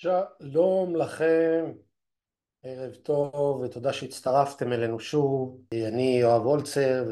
שלום לכם, ערב טוב ותודה שהצטרפתם אלינו שוב. אני יואב הולצר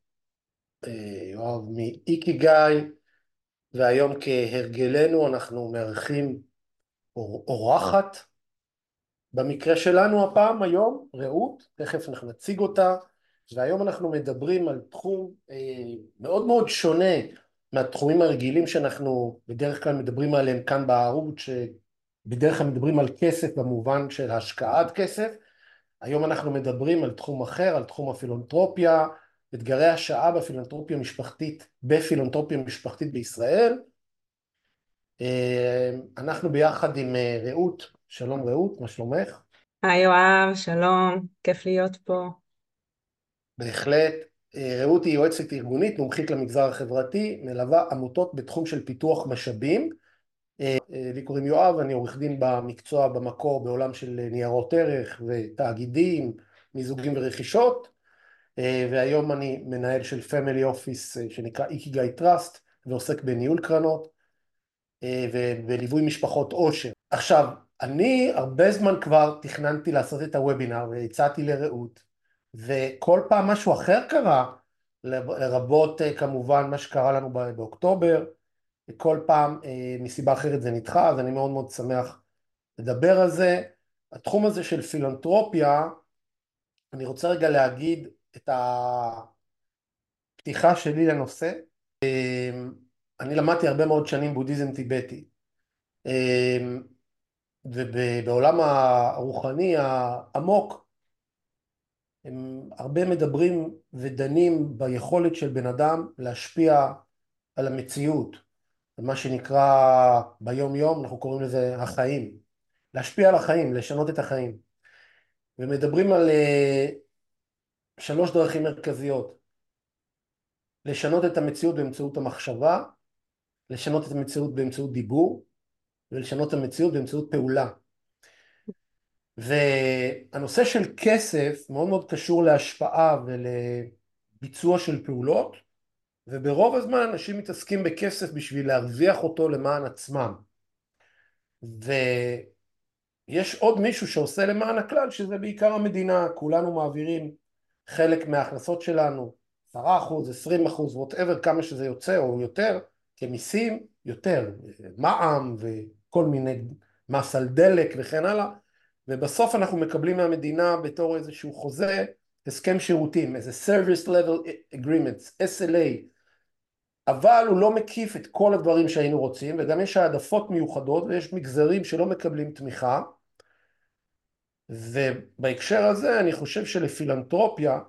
ויואב מאיקיגאי, והיום כהרגלנו אנחנו מארחים אורחת. במקרה שלנו הפעם היום רעות, תכף אנחנו נציג אותה, והיום אנחנו מדברים על תחום מאוד מאוד שונה מהתחומים הרגילים שאנחנו בדרך כלל מדברים עליהם כאן בערוץ, שבדרך כלל מדברים על כסף במובן של השקעת כסף. היום אנחנו מדברים על תחום אחר, על תחום הפילנתרופיה, אתגרי השעה בפילנתרופיה משפחתית בישראל. אנחנו ביחד עם רעות. שלום רעות, מה שלומך? היי יואב, שלום, כיף להיות פה. בהחלט. רעות היא יועצת ארגונית, מומחית למגזר החברתי, מלווה עמותות בתחום של פיתוח משאבים. לי קוראים יואב, אני עורך דין במקצוע במקור בעולם של ניירות ערך ותאגידים, מיזוגים ורכישות, והיום אני מנהל של פמילי אופיס שנקרא איקיגאי טראסט, ועוסק בניהול קרנות ובליווי משפחות עושר. עכשיו, אני הרבה זמן כבר תכננתי לעשות את הוובינר והצעתי לרעות, וכל פעם משהו אחר קרה, לרבות כמובן מה שקרה לנו באוקטובר, כל פעם מסיבה אחרת זה נדחה, אז אני מאוד מאוד שמח לדבר על זה. התחום הזה של פילנתרופיה, אני רוצה רגע להגיד את הפתיחה שלי לנושא. אני למדתי הרבה מאוד שנים בודהיזם טיבטי, ובעולם הרוחני העמוק הם הרבה מדברים ודנים ביכולת של בן אדם להשפיע על המציאות, מה שנקרא ביום יום, אנחנו קוראים לזה החיים, להשפיע על החיים, לשנות את החיים. ומדברים על שלוש דרכים מרכזיות: לשנות את המציאות באמצעות המחשבה, לשנות את המציאות באמצעות דיבור, ולשנות את המציאות באמצעות פעולה. והנושא של כסף מאוד מאוד קשור להשפעה ולביצוע של פעולות, וברוב הזמן אנשים מתעסקים בכסף בשביל להרוויח אותו למען עצמם. ויש עוד מישהו שעושה למען הכלל, שזה בעיקר המדינה. כולנו מעבירים חלק מההכנסות שלנו, 10%, 20%, whatever, כמה שזה יוצא או יותר, כמיסים, יותר, מע"מ וכל מיני מס על דלק וכן הלאה, ובסוף אנחנו מקבלים מהמדינה בתור איזשהו חוזה, הסכם שירותים, איזה Service Level Agreements, SLA, אבל הוא לא מקיף את כל הדברים שהיינו רוצים, וגם יש העדפות מיוחדות ויש מגזרים שלא מקבלים תמיכה. ובהקשר הזה אני חושב שלפילנתרופיה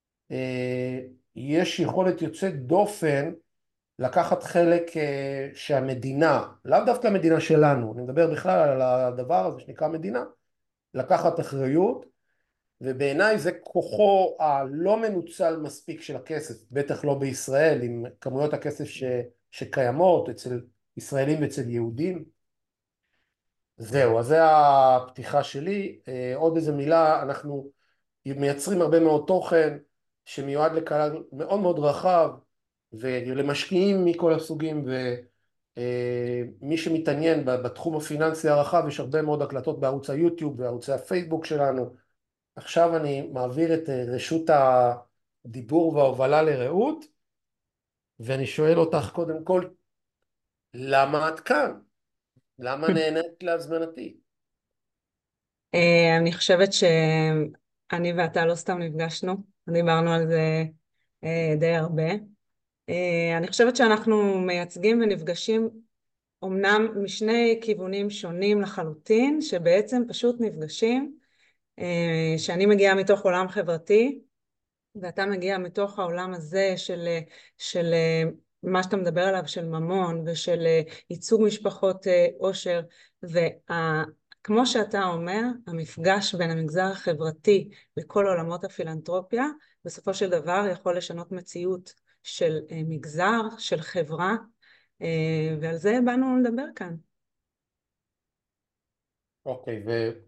יש יכולת יוצאת דופן לקחת חלק, שהמדינה, לאו דווקא המדינה שלנו, אני מדבר בכלל על הדבר הזה שנקרא מדינה, לקחת אחריות. ובעיניי זה כוחו הלא מנוצל מספיק של הכסף, בטח לא בישראל, עם כמויות הכסף שקיימות אצל ישראלים ואצל יהודים. זהו, אז זה הפתיחה שלי. עוד איזה מילה: אנחנו מייצרים הרבה מאוד תוכן שמיועד לקהל מאוד מאוד רחב ולמשקיעים מכל הסוגים, ומי שמתעניין בתחום הפיננסי הרחב, יש הרבה מאוד הקלטות בערוץ היוטיוב וערוצי הפייסבוק שלנו. עכשיו אני מעביר את רשות הדיבור וההובלה לרעות, ואני שואל אותך קודם כל, למה את כאן? למה נהנית להזמנתי? אני חושבת שאני ואתה לא סתם נפגשנו, דיברנו על זה די הרבה. אני חושבת שאנחנו מייצגים ונפגשים אומנם משני כיוונים שונים לחלוטין, שבעצם פשוט נפגשים, שאני מגיעה מתוך עולם חברתי, ואתה מגיע מתוך העולם הזה של מה שאתה מדבר עליו, של ממון ושל ייצוג משפחות עושר. וכמו שאתה אומר, המפגש בין המגזר החברתי לכל עולמות הפילנתרופיה, בסופו של דבר יכול לשנות מציאות של מגזר, של חברה, ועל זה באנו לדבר כאן. אוקיי,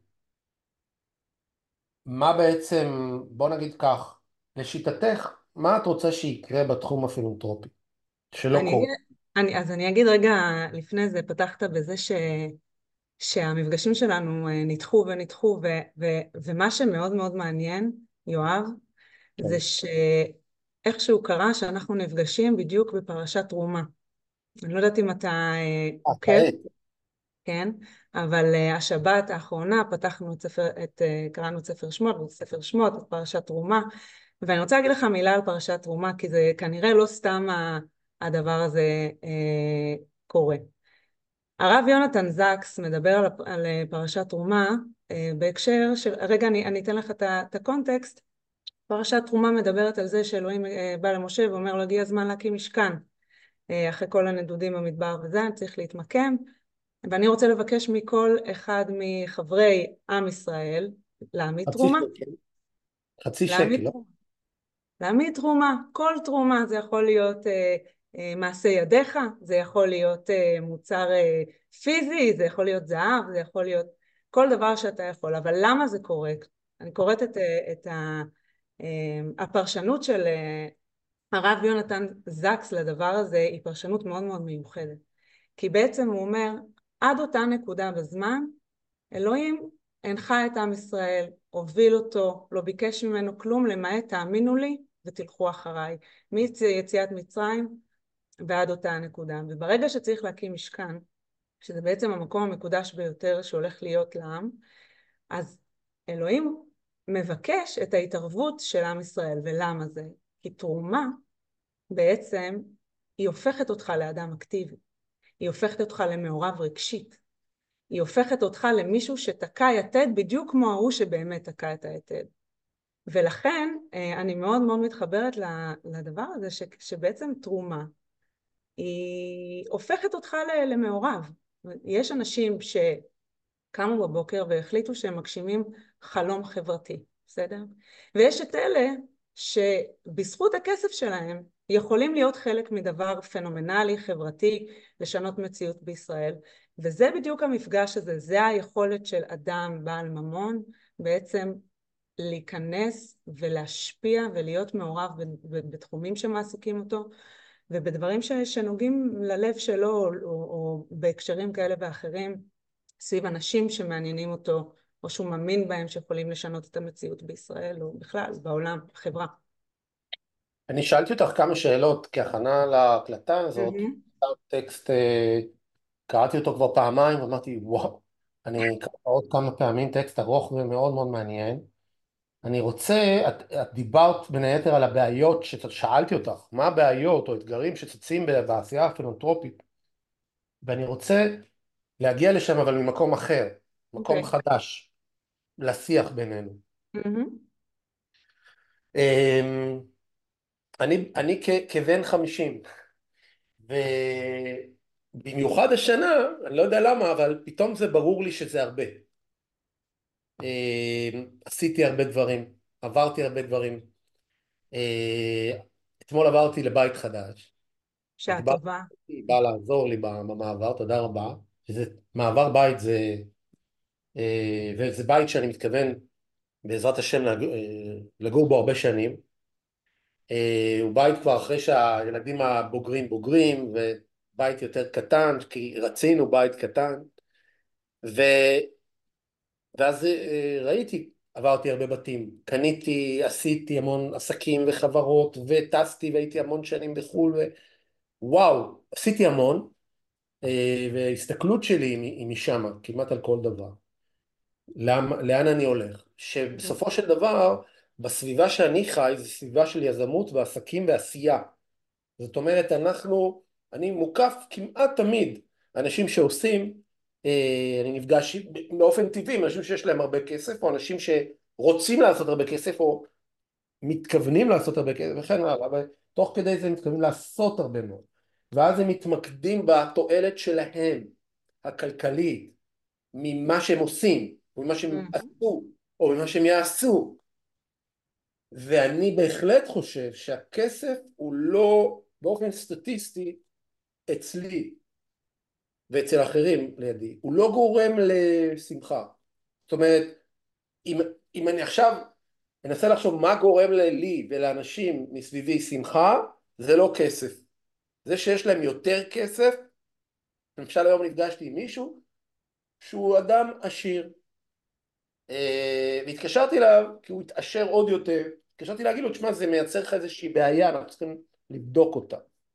ומה בעצם, בוא נגיד כך, לשיטתך, מה את רוצה שיקרה בתחום הפילנתרופי שלא אני אגיד, קורה? אז אני אגיד רגע לפני זה, פתחת בזה שהמפגשים שלנו נדחו ונדחו, ומה שמאוד מאוד מעניין, יואב, כן. זה שאיכשהו קרה שאנחנו נפגשים בדיוק בפרשת תרומה. אני לא יודעת אם אתה עוקב, כעת. כן? אבל השבת האחרונה פתחנו קראנו את ספר שמות, ספר שמות, את פרשת תרומה, ואני רוצה להגיד לך מילה על פרשת תרומה, כי זה כנראה לא סתם הדבר הזה קורה. הרב יונתן זקס מדבר על פרשת תרומה בהקשר של, רגע אני אתן לך את הקונטקסט. פרשת תרומה מדברת על זה שאלוהים בא למשה ואומר לו, הגיע הזמן להקים משכן. אחרי כל הנדודים במדבר וזה, אני צריך להתמקם, ואני רוצה לבקש מכל אחד מחברי עם ישראל להעמיד חצי תרומה. שקל. חצי שקל, להעמיד לא? תרומה. להעמיד תרומה, כל תרומה, זה יכול להיות מעשה ידיך, זה יכול להיות מוצר פיזי, זה יכול להיות זהב, זה יכול להיות כל דבר שאתה יכול, אבל למה זה קורה? אני קוראת הפרשנות של הרב יונתן זקס לדבר הזה, היא פרשנות מאוד מאוד מיוחדת, כי בעצם הוא אומר, עד אותה נקודה בזמן, אלוהים הנחה את עם ישראל, הוביל אותו, לא ביקש ממנו כלום, למעט תאמינו לי ותלכו אחריי, מיציאת מצרים ועד אותה הנקודה. וברגע שצריך להקים משכן, שזה בעצם המקום המקודש ביותר שהולך להיות לעם, אז אלוהים מבקש את ההתערבות של עם ישראל. ולמה זה? כי תרומה בעצם היא הופכת אותך לאדם אקטיבי, היא הופכת אותך למעורב רגשית, היא הופכת אותך למישהו שתקע יתד בדיוק כמו ההוא שבאמת תקע את היתד. ולכן אני מאוד מאוד מתחברת לדבר הזה שבעצם תרומה היא הופכת אותך למעורב. יש אנשים שקמו בבוקר והחליטו שהם מגשימים חלום חברתי, בסדר? ויש את אלה שבזכות הכסף שלהם יכולים להיות חלק מדבר פנומנלי, חברתי, לשנות מציאות בישראל. וזה בדיוק המפגש הזה, זה היכולת של אדם בעל ממון בעצם להיכנס ולהשפיע ולהיות מעורב בתחומים שמעסיקים אותו, ובדברים שנוגעים ללב שלו, או בהקשרים כאלה ואחרים, סביב אנשים שמעניינים אותו, או שהוא מאמין בהם שיכולים לשנות את המציאות בישראל, או בכלל בעולם, בחברה. אני שאלתי אותך כמה שאלות כהכנה להקלטה הזאת. מהמם. טקסט, קראתי אותו כבר פעמיים, ואמרתי, וואו, אני אקרא עוד כמה פעמים, טקסט ארוך ומאוד מאוד מעניין. אני רוצה, את דיברת בין היתר על הבעיות ששאלתי אותך, מה הבעיות או אתגרים שצצים בעשייה הפילנתרופית, ואני רוצה להגיע לשם אבל ממקום אחר, מקום אוקיי. חדש, לשיח בינינו. מהמם. אמ, אני כבן 50, ובמיוחד השנה, אני לא יודע למה, אבל פתאום זה ברור לי שזה הרבה. עשיתי הרבה דברים, עברתי הרבה דברים. אתמול עברתי לבית חדש, אז שעה טובה. בא לעזור לי במעבר, תודה רבה. שזה מעבר בית, וזה בית שאני מתכוון בעזרת השם לגור בו הרבה שנים. הוא בית כבר אחרי שהילדים הבוגרים בוגרים, ובית יותר קטן, כי רצינו בית קטן. ו... ואז ראיתי, עברתי הרבה בתים, קניתי, עשיתי המון עסקים וחברות, וטסתי והייתי המון שנים בחו"ל, וואו, עשיתי המון, וההסתכלות שלי היא משם, כמעט על כל דבר. לאן אני הולך? שבסופו של דבר, בסביבה שאני חי, זו סביבה של יזמות ועסקים ועשייה. זאת אומרת, אני מוקף כמעט תמיד אנשים שעושים, אני נפגש באופן טבעי עם אנשים שיש להם הרבה כסף, או אנשים שרוצים לעשות הרבה כסף, או מתכוונים לעשות הרבה כסף, וכן הלאה, אבל תוך כדי זה הם מתכוונים לעשות הרבה מאוד. ואז הם מתמקדים בתועלת שלהם, הכלכלית, ממה שהם עושים, או ממה שהם מהמם. עשו, או ממה שהם יעשו. ואני בהחלט חושב שהכסף הוא לא, באופן סטטיסטי, אצלי ואצל אחרים לידי, הוא לא גורם לשמחה. זאת אומרת, אם אני עכשיו אנסה לחשוב מה גורם לי ולאנשים מסביבי שמחה, זה לא כסף. זה שיש להם יותר כסף, למשל היום נפגשתי עם מישהו, שהוא אדם עשיר, והתקשרתי אליו כי הוא התעשר עוד יותר, התקשרתי להגיד לו, תשמע, זה מייצר לך איזושהי בעיה, אנחנו צריכים לבדוק אותה.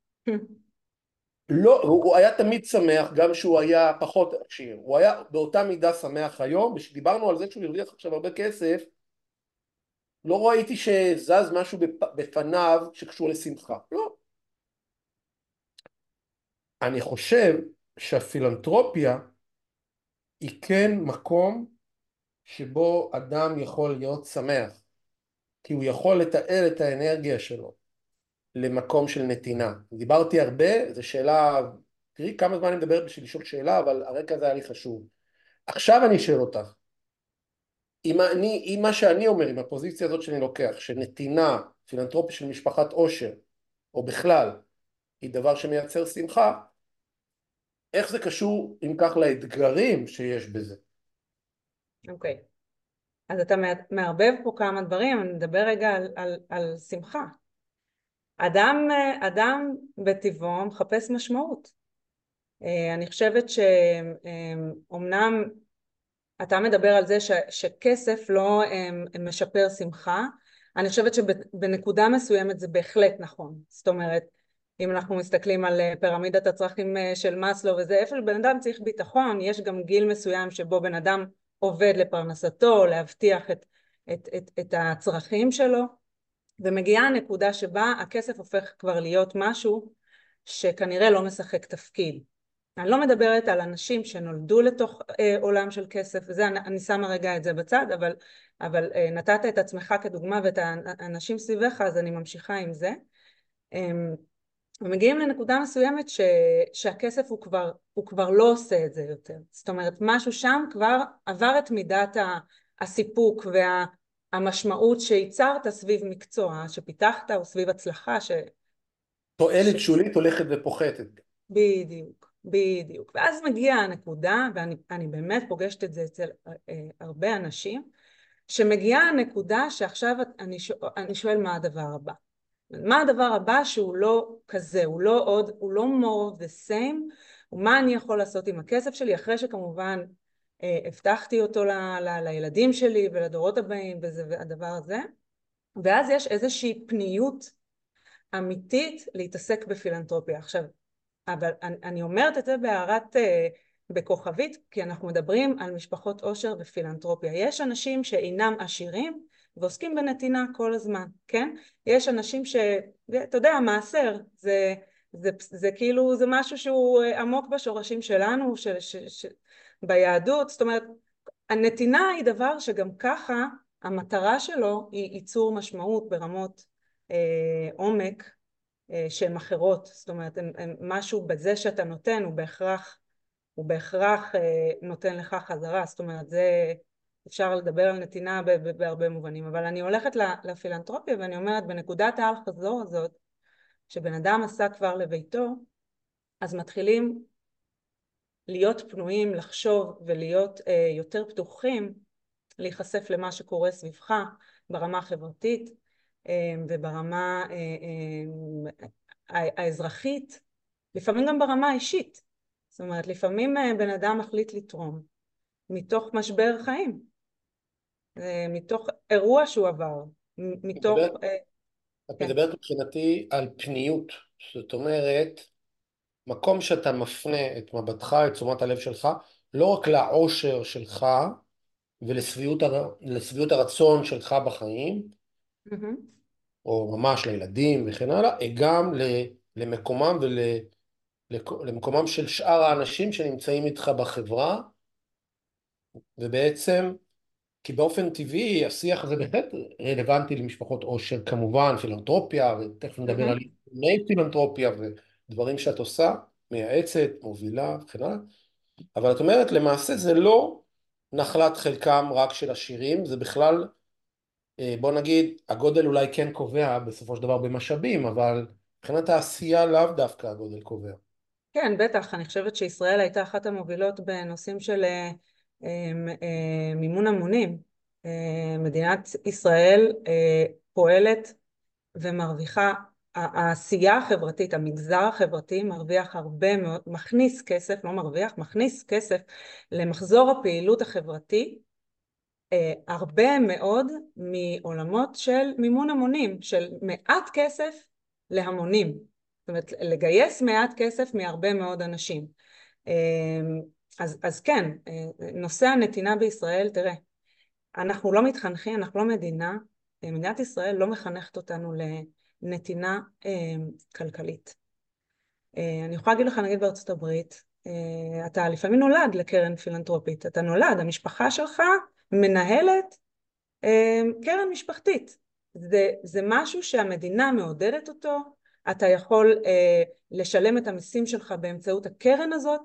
לא, הוא היה תמיד שמח, גם שהוא היה פחות עשיר, הוא היה באותה מידה שמח היום, וכשדיברנו על זה שהוא הרוויח עכשיו הרבה כסף, לא ראיתי שזז משהו בפניו שקשור לשמחה, לא. אני חושב שהפילנתרופיה היא כן מקום שבו אדם יכול להיות שמח, כי הוא יכול לתעל את האנרגיה שלו למקום של נתינה. דיברתי הרבה, זו שאלה, תראי כמה זמן אני מדבר בשביל לשאול שאלה, אבל הרקע הזה היה לי חשוב. עכשיו אני אשאל אותך, אם מה שאני אומר, עם הפוזיציה הזאת שאני לוקח, שנתינה, פילנתרופיה של משפחת עושר, או בכלל, היא דבר שמייצר שמחה, איך זה קשור, אם כך, לאתגרים שיש בזה? אוקיי. אז אתה מערבב פה כמה דברים, אני מדבר רגע על שמחה. אדם בטבעו מחפש משמעות. אני חושבת שאומנם אתה מדבר על זה שכסף לא משפר שמחה, אני חושבת שבנקודה מסוימת זה בהחלט נכון. זאת אומרת, אם אנחנו מסתכלים על פירמידת הצרכים של מאסלו וזה, איפה בן אדם צריך ביטחון, יש גם גיל מסוים שבו בן אדם עובד לפרנסתו, להבטיח את הצרכים שלו, ומגיעה הנקודה שבה הכסף הופך כבר להיות משהו שכנראה לא משחק תפקיד. אני לא מדברת על אנשים שנולדו לתוך עולם של כסף, וזה, אני שמה רגע את זה בצד, אבל נתת את עצמך כדוגמה ואת האנשים סביבך, אז אני ממשיכה עם זה. ומגיעים לנקודה מסוימת שהכסף הוא כבר לא עושה את זה יותר. זאת אומרת, משהו שם כבר עבר את מידת הסיפוק והמשמעות שייצרת סביב מקצוע, שפיתחת, או סביב הצלחה תועלת שולית הולכת ופוחתת. בדיוק, בדיוק. ואז מגיעה הנקודה, ואני באמת פוגשת את זה אצל הרבה אנשים, שמגיעה הנקודה שעכשיו אני שואל מה הדבר הבא. מה הדבר הבא שהוא לא כזה, הוא לא עוד, הוא לא more of the same, ומה אני יכול לעשות עם הכסף שלי, אחרי שכמובן הבטחתי אותו לילדים שלי ולדורות הבאים והדבר הזה, ואז יש איזושהי פניות אמיתית להתעסק בפילנתרופיה. עכשיו, אבל אני אומרת את זה בהערת בכוכבית, כי אנחנו מדברים על משפחות עושר ופילנתרופיה. יש אנשים שאינם עשירים ועוסקים בנתינה כל הזמן, כן? יש אנשים אתה יודע, מעשר, זה כאילו, זה משהו שהוא עמוק בשורשים שלנו, ביהדות, זאת אומרת, הנתינה היא דבר שגם ככה המטרה שלו היא ייצור משמעות ברמות עומק, שהן אחרות. זאת אומרת, הם משהו בזה שאתה נותן, הוא בהכרח נותן לך חזרה. זאת אומרת, זה אפשר לדבר על נתינה בהרבה מובנים, אבל אני הולכת לפילנתרופיה ואני אומרת, בנקודת האל חזור הזאת, שבן אדם עשה כבר לביתו, אז מתחילים להיות פנויים, לחשוב ולהיות יותר פתוחים, להיחשף למה שקורה סביבך ברמה החברתית וברמה האזרחית, לפעמים גם ברמה האישית. זאת אומרת, לפעמים בן אדם מחליט לתרום מתוך משבר חיים, מתוך אירוע שהוא עבר, מתוך... את כן. מדברת מבחינתי על פניות, זאת אומרת, מקום שאתה מפנה את מבטך, את תשומת הלב שלך, לא רק לעושר שלך ולשביעות הרצון שלך בחיים, או ממש לילדים וכן הלאה, גם למקומם ולמקומם של שאר האנשים שנמצאים איתך בחברה, ובעצם, כי באופן טבעי השיח הזה בהחלט רלוונטי למשפחות עושר, כמובן פילנתרופיה, ותכף נדבר על ענייני פילנתרופיה ודברים שאת עושה, מייעצת, מובילה וכן הלאה, אבל את אומרת למעשה זה לא נחלת חלקם רק של עשירים, זה בכלל, בוא נגיד, הגודל אולי כן קובע בסופו של דבר במשאבים, אבל מבחינת העשייה לאו דווקא הגודל קובע. כן, בטח. אני חושבת שישראל הייתה אחת המובילות בנושאים של מימון המונים. מדינת ישראל פועלת ומרוויחה העשייה החברתית, המגזר החברתי מרוויח הרבה מאוד, מכניס כסף, לא מרוויח, מכניס כסף למחזור הפעילות החברתי, הרבה מאוד מעולמות של מימון המונים, של מעט כסף להמונים. זאת אומרת, לגייס מעט כסף מהרבה מאוד אנשים. אז כן, נושא הנתינה בישראל, תראה, אנחנו לא מתחנכים, אנחנו לא מדינה, מדינת ישראל לא מחנכת אותנו לנתינה כלכלית. אני יכולה להגיד לך, נגיד בארצות הברית, אתה לפעמים נולד לקרן פילנטרופית, אתה נולד, המשפחה שלך מנהלת קרן משפחתית. זה משהו שהמדינה מעודדת אותו, אתה יכול לשלם את המיסים שלך באמצעות הקרן הזאת,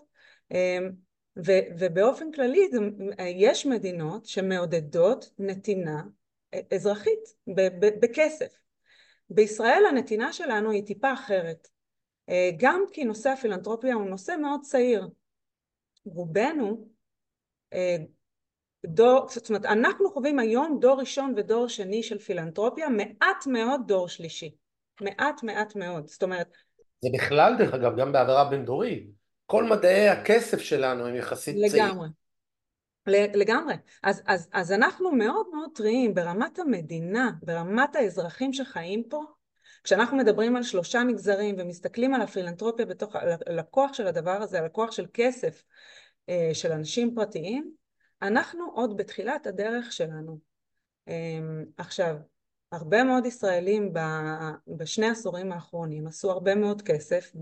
ובאופן כללי יש מדינות שמעודדות נתינה אזרחית בכסף. בישראל הנתינה שלנו היא טיפה אחרת, גם כי נושא הפילנטרופיה הוא נושא מאוד צעיר. רובנו זאת אומרת, אנחנו חווים היום דור ראשון ודור שני של פילנטרופיה, מעט מאוד דור שלישי. מעט מאוד. זאת אומרת, זה בכלל, דרך אגב, גם בעבירה בין דורית. כל מדעי הכסף שלנו הם יחסית צעירים. לגמרי. לגמרי. אז אנחנו מאוד מאוד טריים ברמת המדינה, ברמת האזרחים שחיים פה. כשאנחנו מדברים על 3 מגזרים ומסתכלים על הפילנטרופיה בתוך הלקוח של הדבר הזה, הלקוח של כסף של אנשים פרטיים, אנחנו עוד בתחילת הדרך שלנו. עכשיו, הרבה מאוד ישראלים בשני העשורים האחרונים עשו הרבה מאוד כסף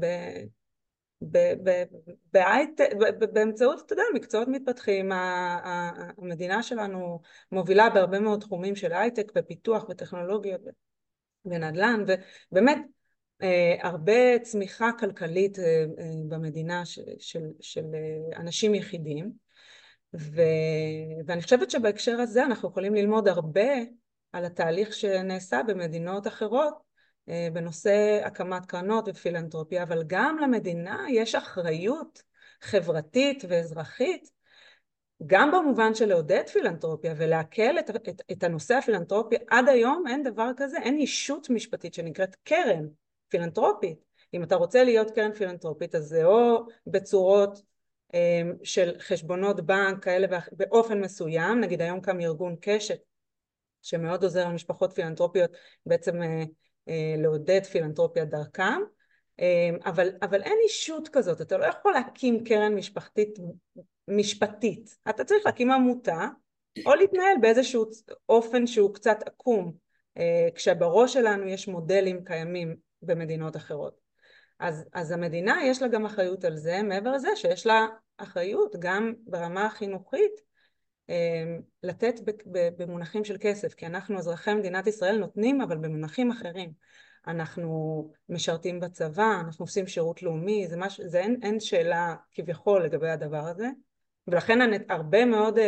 באמצעות, אתה יודע, מקצועות מתפתחים. המדינה שלנו מובילה בהרבה מאוד תחומים של הייטק ופיתוח וטכנולוגיות ונדל"ן, ובאמת הרבה צמיחה כלכלית במדינה של אנשים יחידים. ואני חושבת שבהקשר הזה אנחנו יכולים ללמוד הרבה על התהליך שנעשה במדינות אחרות בנושא הקמת קרנות ופילנטרופיה, אבל גם למדינה יש אחריות חברתית ואזרחית, גם במובן של לעודד פילנטרופיה ולהקל את הנושא הפילנטרופיה. עד היום אין דבר כזה, אין ישות משפטית שנקראת קרן פילנטרופית. אם אתה רוצה להיות קרן פילנטרופית, אז זה או בצורות של חשבונות בנק כאלה באופן מסוים, נגיד היום קם ארגון קשת שמאוד עוזר למשפחות פילנטרופיות בעצם לעודד פילנטרופיה דרכם, אבל אין אישות כזאת, אתה לא יכול להקים קרן משפטית, אתה צריך להקים עמותה או להתנהל באיזשהו אופן שהוא קצת עקום, כשבראש שלנו יש מודלים קיימים במדינות אחרות. אז המדינה יש לה גם אחריות על זה, מעבר לזה שיש לה אחריות גם ברמה החינוכית לתת במונחים של כסף, כי אנחנו אזרחי מדינת ישראל נותנים, אבל במונחים אחרים. אנחנו משרתים בצבא, אנחנו עושים שירות לאומי, אין שאלה כביכול לגבי הדבר הזה, ולכן הרבה מאוד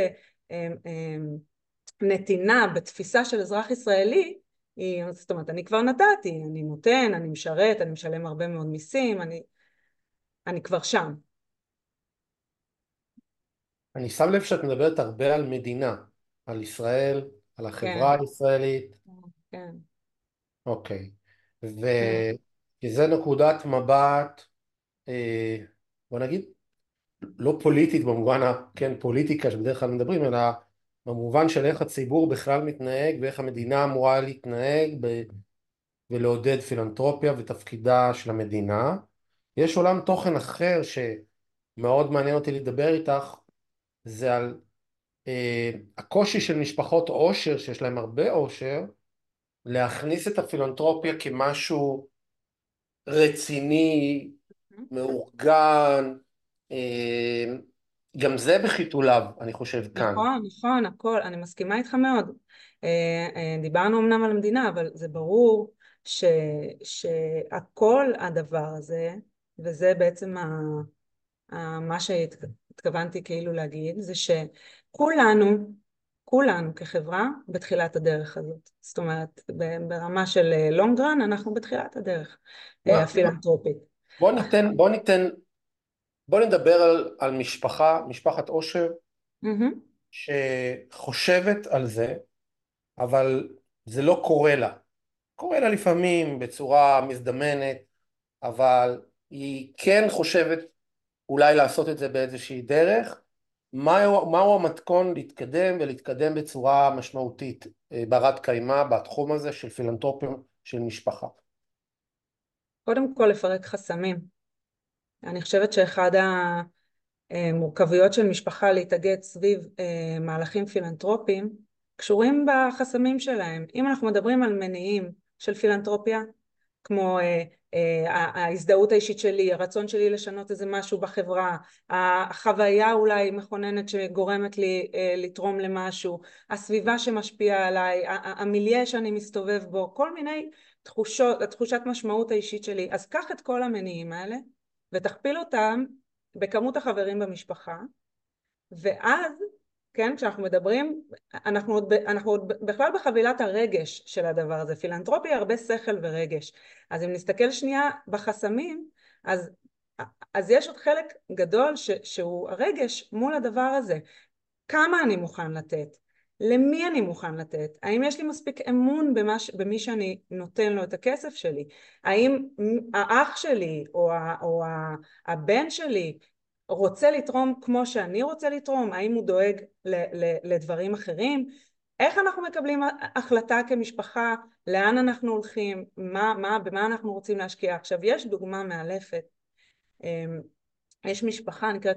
נתינה בתפיסה של אזרח ישראלי, זאת אומרת, אני כבר נתתי, אני נותן, אני משרת, אני משלם הרבה מאוד מיסים, אני כבר שם. אני שם לב שאת מדברת הרבה על מדינה, על ישראל, על כן, החברה הישראלית. כן, אוקיי. כן. וזה נקודת מבט, בוא נגיד, לא פוליטית במובן כן פוליטיקה שבדרך כלל מדברים, אלא במובן של איך הציבור בכלל מתנהג ואיך המדינה אמורה להתנהג ולעודד פילנטרופיה ותפקידה של המדינה. יש עולם תוכן אחר שמאוד מעניין אותי לדבר איתך, זה על הקושי של משפחות עושר, שיש להם הרבה עושר, להכניס את הפילנטרופיה כמשהו רציני, מאורגן, גם זה בחיתוליו, אני חושב כאן. נכון, נכון, הכל, אני מסכימה איתך מאוד. דיברנו אמנם על המדינה, אבל זה ברור שהכל הדבר הזה, וזה בעצם מה שהתכוונתי כאילו להגיד, זה כולנו כחברה בתחילת הדרך הזאת. זאת אומרת, ברמה של לונג רן, אנחנו בתחילת הדרך הפילנטרופית. בוא ניתן, בוא נדבר על משפחת עושר, מהמם. שחושבת על זה, אבל זה לא קורה לה. קורה לה לפעמים בצורה מזדמנת, אבל היא כן חושבת אולי לעשות את זה באיזושהי דרך. מהו המתכון להתקדם ולהתקדם בצורה משמעותית ברת קיימא בתחום הזה של פילנתרופיה של משפחה? קודם כל לפרק חסמים. אני חושבת שאחד המורכבויות של משפחה להתאגד סביב מהלכים פילנתרופיים קשורים בחסמים שלהם. אם אנחנו מדברים על מניעים של פילנתרופיה, כמו ההזדהות האישית שלי, הרצון שלי לשנות איזה משהו בחברה, החוויה אולי מכוננת שגורמת לי לתרום למשהו, הסביבה שמשפיעה עליי, המיליה שאני מסתובב בו, כל מיני תחושת משמעות האישית שלי. אז קח את כל המניעים האלה ותכפיל אותם בכמות החברים במשפחה, ואז, כן, כשאנחנו מדברים, אנחנו עוד בכלל בחבילת הרגש של הדבר הזה. פילנתרופיה הרבה שכל ורגש. אז אם נסתכל שנייה בחסמים, אז יש עוד חלק גדול שהוא הרגש מול הדבר הזה. כמה אני מוכן לתת? למי אני מוכן לתת? האם יש לי מספיק אמון במי שאני נותן לו את הכסף שלי? האם האח שלי או הבן שלי רוצה לתרום כמו שאני רוצה לתרום? האם הוא דואג לדברים אחרים? איך אנחנו מקבלים החלטה כמשפחה? לאן אנחנו הולכים? במה אנחנו רוצים להשקיע? עכשיו, יש דוגמה מאלפת. יש משפחה, נקראת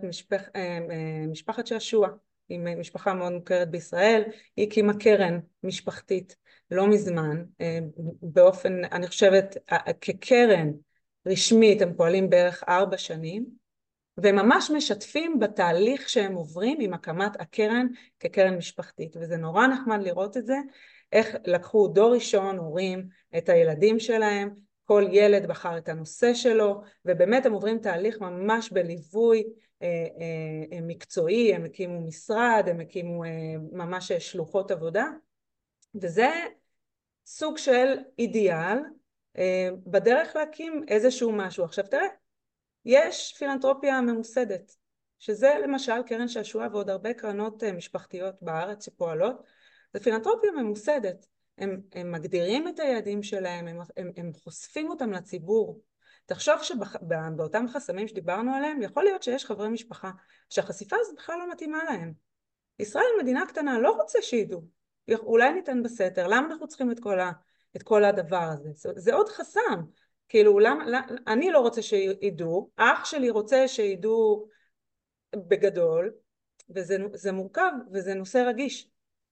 משפחת שעשוע, היא משפחה מאוד מוכרת בישראל. היא הקימה קרן משפחתית לא מזמן, באופן, אני חושבת, כקרן רשמית הם פועלים בערך 4 שנים, והם ממש משתפים בתהליך שהם עוברים עם הקמת הקרן כקרן משפחתית, וזה נורא נחמד לראות את זה, איך לקחו דור ראשון, הורים, את הילדים שלהם, כל ילד בחר את הנושא שלו, ובאמת הם עוברים תהליך ממש בליווי מקצועי, הם הקימו משרד, הם הקימו ממש שלוחות עבודה, וזה סוג של אידיאל בדרך להקים איזשהו משהו. עכשיו תראה, יש פילנתרופיה ממוסדת, שזה למשל קרן שעשוע ועוד הרבה קרנות משפחתיות בארץ שפועלות. זה פילנתרופיה ממוסדת. הם מגדירים את היעדים שלהם, הם חושפים אותם לציבור. תחשוב שבאותם חסמים שדיברנו עליהם, יכול להיות שיש חברי משפחה שהחשיפה הזאת בכלל לא מתאימה להם. ישראל מדינה קטנה, לא רוצה שידעו. אולי ניתן בסתר, למה אנחנו צריכים את כל הדבר הזה? זה עוד חסם. כאילו, אני לא רוצה שידעו, אח שלי רוצה שידעו בגדול, וזה מורכב, וזה נושא רגיש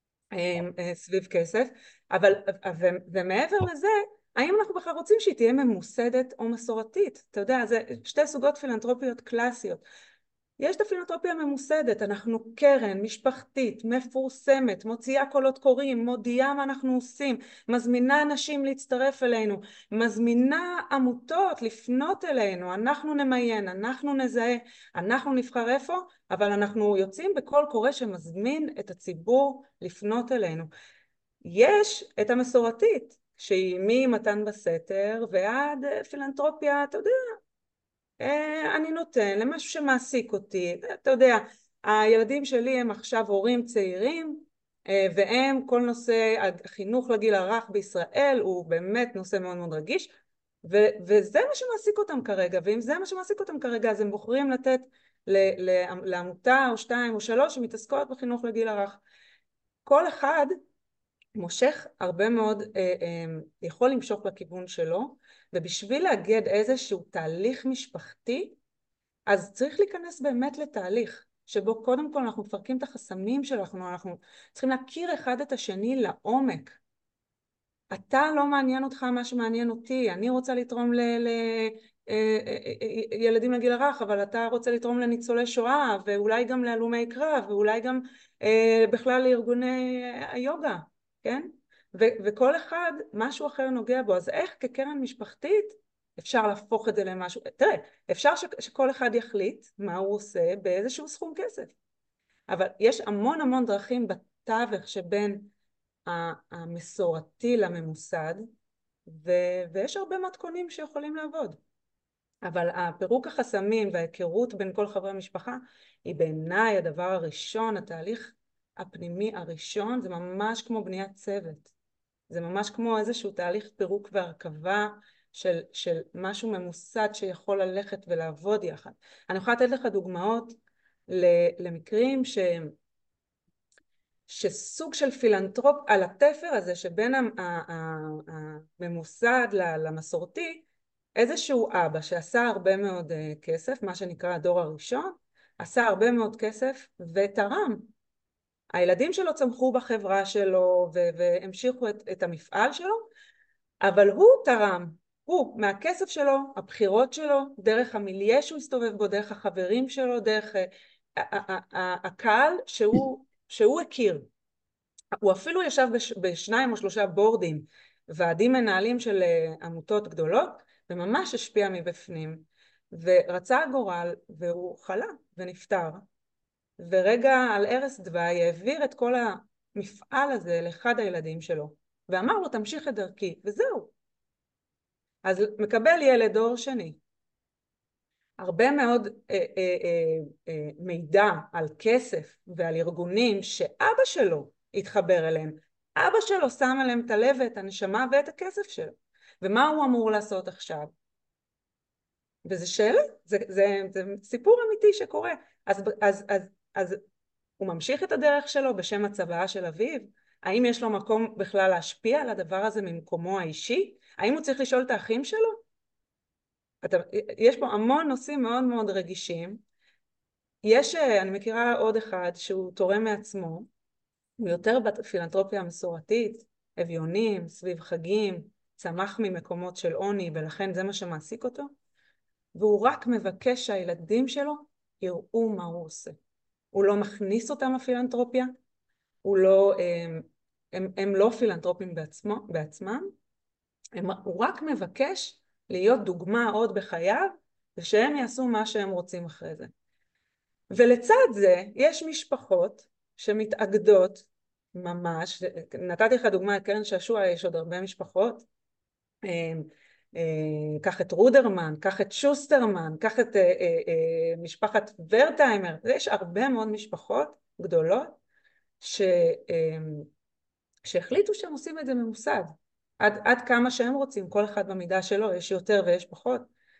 סביב כסף, ומעבר לזה, האם אנחנו בכלל רוצים שהיא תהיה ממוסדת או מסורתית? אתה יודע, זה שתי סוגות פילנתרופיות קלאסיות. יש את הפילנתרופיה הממוסדת, אנחנו קרן משפחתית מפורסמת, מוציאה קולות קוראים, מודיעה מה אנחנו עושים, מזמינה אנשים להצטרף אלינו, מזמינה עמותות לפנות אלינו, אנחנו נמיין, אנחנו נזהה, אנחנו נבחר איפה, אבל אנחנו יוצאים בקול קורא שמזמין את הציבור לפנות אלינו. יש את המסורתית, שהיא ממתן בסתר ועד פילנתרופיה, אתה יודע, אני נותן למשהו שמעסיק אותי. אתה יודע, הילדים שלי הם עכשיו הורים צעירים, והם, כל נושא החינוך לגיל הרך בישראל הוא באמת נושא מאוד מאוד רגיש, וזה מה שמעסיק אותם כרגע, ואם זה מה שמעסיק אותם כרגע, אז הם בוחרים לתת לעמותה או 2 או 3 שמתעסקות בחינוך לגיל הרך. כל אחד מושך הרבה מאוד, יכול למשוך לכיוון שלו, ובשביל לאגד איזשהו תהליך משפחתי, אז צריך להיכנס באמת לתהליך, שבו קודם כל אנחנו מפרקים את החסמים שלנו, אנחנו צריכים להכיר אחד את השני לעומק. אתה לא מעניין אותך מה שמעניין אותי, אני רוצה לתרום ילדים לגיל הרך, אבל אתה רוצה לתרום לניצולי שואה, ואולי גם להלומי קרב, ואולי גם בכלל לארגוני היוגה, כן? וכל אחד משהו אחר נוגע בו, אז איך כקרן משפחתית אפשר להפוך את זה למשהו? תראה, אפשר שכל אחד יחליט מה הוא עושה באיזשהו סכום כסף, אבל יש המון המון דרכים בתווך שבין המסורתי לממוסד, ויש הרבה מתכונים שיכולים לעבוד. אבל הפירוק החסמים וההיכרות בין כל חברי המשפחה היא בעיניי הדבר הראשון, התהליך הפנימי הראשון, זה ממש כמו בניית צוות. זה ממש כמו איזשהו תהליך פירוק והרכבה של משהו ממוסד שיכול ללכת ולעבוד יחד. אני יכולה לתת לך דוגמאות למקרים שסוג של פילנטרופ על התפר הזה שבין הממוסד למסורתי, איזשהו אבא שעשה הרבה מאוד כסף, מה שנקרא הדור הראשון, עשה הרבה מאוד כסף ותרם. הילדים שלו צמחו בחברה שלו והמשיכו את המפעל שלו, אבל הוא תרם, הוא מהכסף שלו, הבחירות שלו, דרך המיליה שהוא הסתובב בו, דרך החברים שלו, דרך הקהל שהוא הכיר. הוא אפילו ישב בשניים או שלושה בורדים, ועדים מנהלים של עמותות גדולות, וממש השפיע מבפנים. ורצה הגורל, והוא חלה ונפטר. ורגע על ערש דווי העביר את כל המפעל הזה לאחד הילדים שלו, ואמר לו תמשיך את דרכי, וזהו. אז מקבל ילד דור שני. הרבה מאוד מידע על כסף ועל ארגונים שאבא שלו התחבר אליהם. אבא שלו שם עליהם את הלב ואת הנשמה ואת הכסף שלו. ומה הוא אמור לעשות עכשיו? וזה שאלה, זה סיפור אמיתי שקורה. אז הוא ממשיך את הדרך שלו בשם הצוואה של אביו? האם יש לו מקום בכלל להשפיע על הדבר הזה ממקומו האישי? האם הוא צריך לשאול את האחים שלו? יש פה המון נושאים מאוד מאוד רגישים. אני מכירה עוד אחד שהוא תורם מעצמו, הוא יותר בפילנטרופיה המסורתית, אביונים, סביב חגים, צמח ממקומות של עוני, ולכן זה מה שמעסיק אותו, והוא רק מבקש שהילדים שלו יראו מה הוא עושה. הוא לא מכניס אותם לפילנטרופיה, הם לא פילנטרופים בעצמם, הוא רק מבקש להיות דוגמה עוד בחייו, ושהם יעשו מה שהם רוצים אחרי זה. ולצד זה יש משפחות שמתאגדות ממש, נתתי לך דוגמה את קרן שעשוע, יש עוד הרבה משפחות, קח את רודרמן, קח את שוסטרמן, קח את משפחת ורטהיימר, יש הרבה מאוד משפחות גדולות שהחליטו שהם עושים את זה ממוסד, עד כמה שהם רוצים, כל אחד במידה שלו, יש יותר ויש פחות,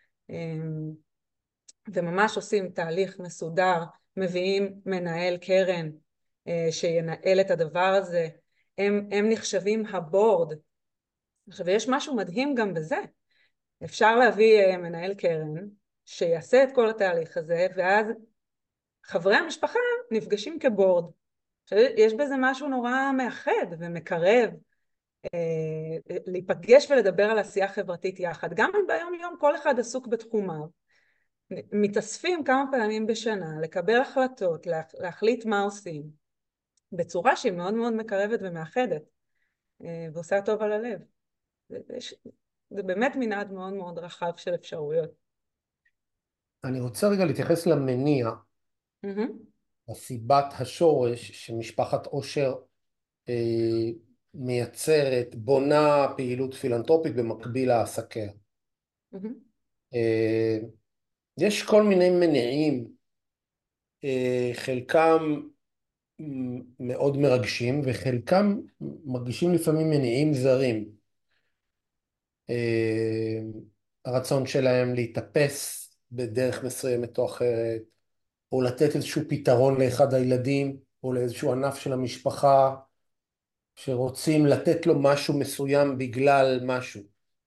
וממש עושים תהליך מסודר, מביאים מנהל קרן שינהל את הדבר הזה, הם נחשבים הבורד. עכשיו יש משהו מדהים גם בזה, אפשר להביא מנהל קרן שיעשה את כל התהליך הזה, ואז חברי המשפחה נפגשים כבורד. יש בזה משהו נורא מאחד ומקרב, להיפגש ולדבר על עשייה חברתית יחד, גם אם ביום יום כל אחד עסוק בתחומיו, מתאספים כמה פעמים בשנה, לקבל החלטות, להחליט מה עושים, בצורה שהיא מאוד מאוד מקרבת ומאחדת, ועושה טוב על הלב. זה באמת מנעד מאוד מאוד רחב של אפשרויות. אני רוצה רגע להתייחס למניע, הסיבת השורש שמשפחת עושר מייצרת, בונה פעילות פילנטרופית במקביל לעסקיה. יש כל מיני מניעים, חלקם מאוד מרגשים וחלקם מרגישים לפעמים מניעים זרים. הרצון שלהם להתאפס בדרך מסוימת או אחרת, או לתת איזשהו פתרון לאחד הילדים או לאיזשהו ענף של המשפחה שרוצים לתת לו משהו מסוים בגלל משהו.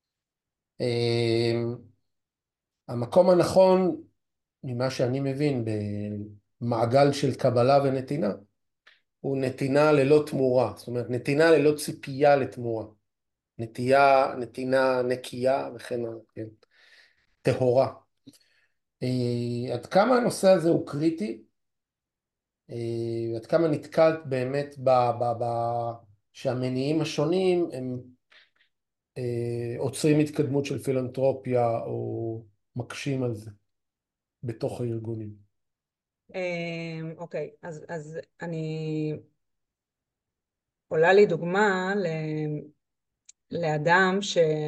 המקום הנכון, ממה שאני מבין, במעגל של קבלה ונתינה, הוא נתינה ללא תמורה, זאת אומרת נתינה ללא ציפייה לתמורה, נתינה נקייה וכן כן, טהורה. עד כמה הנושא הזה הוא קריטי, עד כמה נתקלת באמת שהמניעים השונים הם עוצרים התקדמות של פילנטרופיה או מקשים על זה בתוך הארגונים. אוקיי, אז אני עולה לי דוגמה לאדם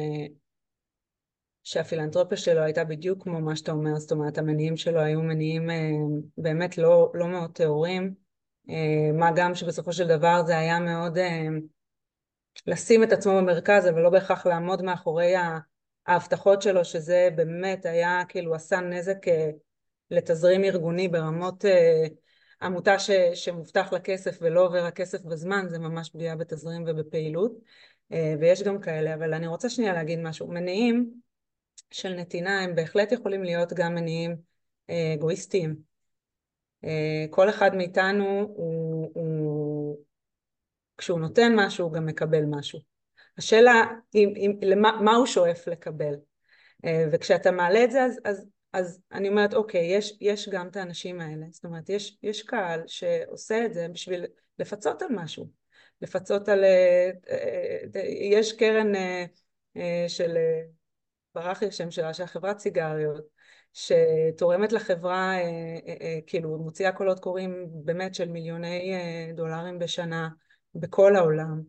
שהפילנטרופיה שלו הייתה בדיוק כמו מה שאתה אומר, זאת אומרת המניעים שלו היו מניעים באמת לא מאוד טהורים, מה גם שבסופו של דבר זה היה מאוד לשים את עצמו במרכז, אבל לא בהכרח לעמוד מאחורי ההבטחות שלו, שזה באמת היה כאילו עשה נזק לתזרים ארגוני ברמות עמותה שמובטח לה כסף ולא עובר הכסף בזמן, זה ממש פגיעה בתזרים ובפעילות, ויש גם כאלה. אבל אני רוצה שנייה להגיד משהו. מניעים של נתינה הם בהחלט יכולים להיות גם מניעים אגואיסטיים. כל אחד מאיתנו כשהוא נותן משהו הוא גם מקבל משהו. השאלה מה הוא שואף לקבל. וכשאתה מעלה את זה, אז אני אומרת, אוקיי, יש גם את האנשים האלה. זאת אומרת, יש קהל שעושה את זה בשביל לפצות על משהו. לפצות על... יש קרן של... ברח לי השם שלה, של חברת סיגריות, שתורמת לחברה, כאילו מוציאה קולות קוראים באמת של מיליוני דולרים בשנה בכל העולם.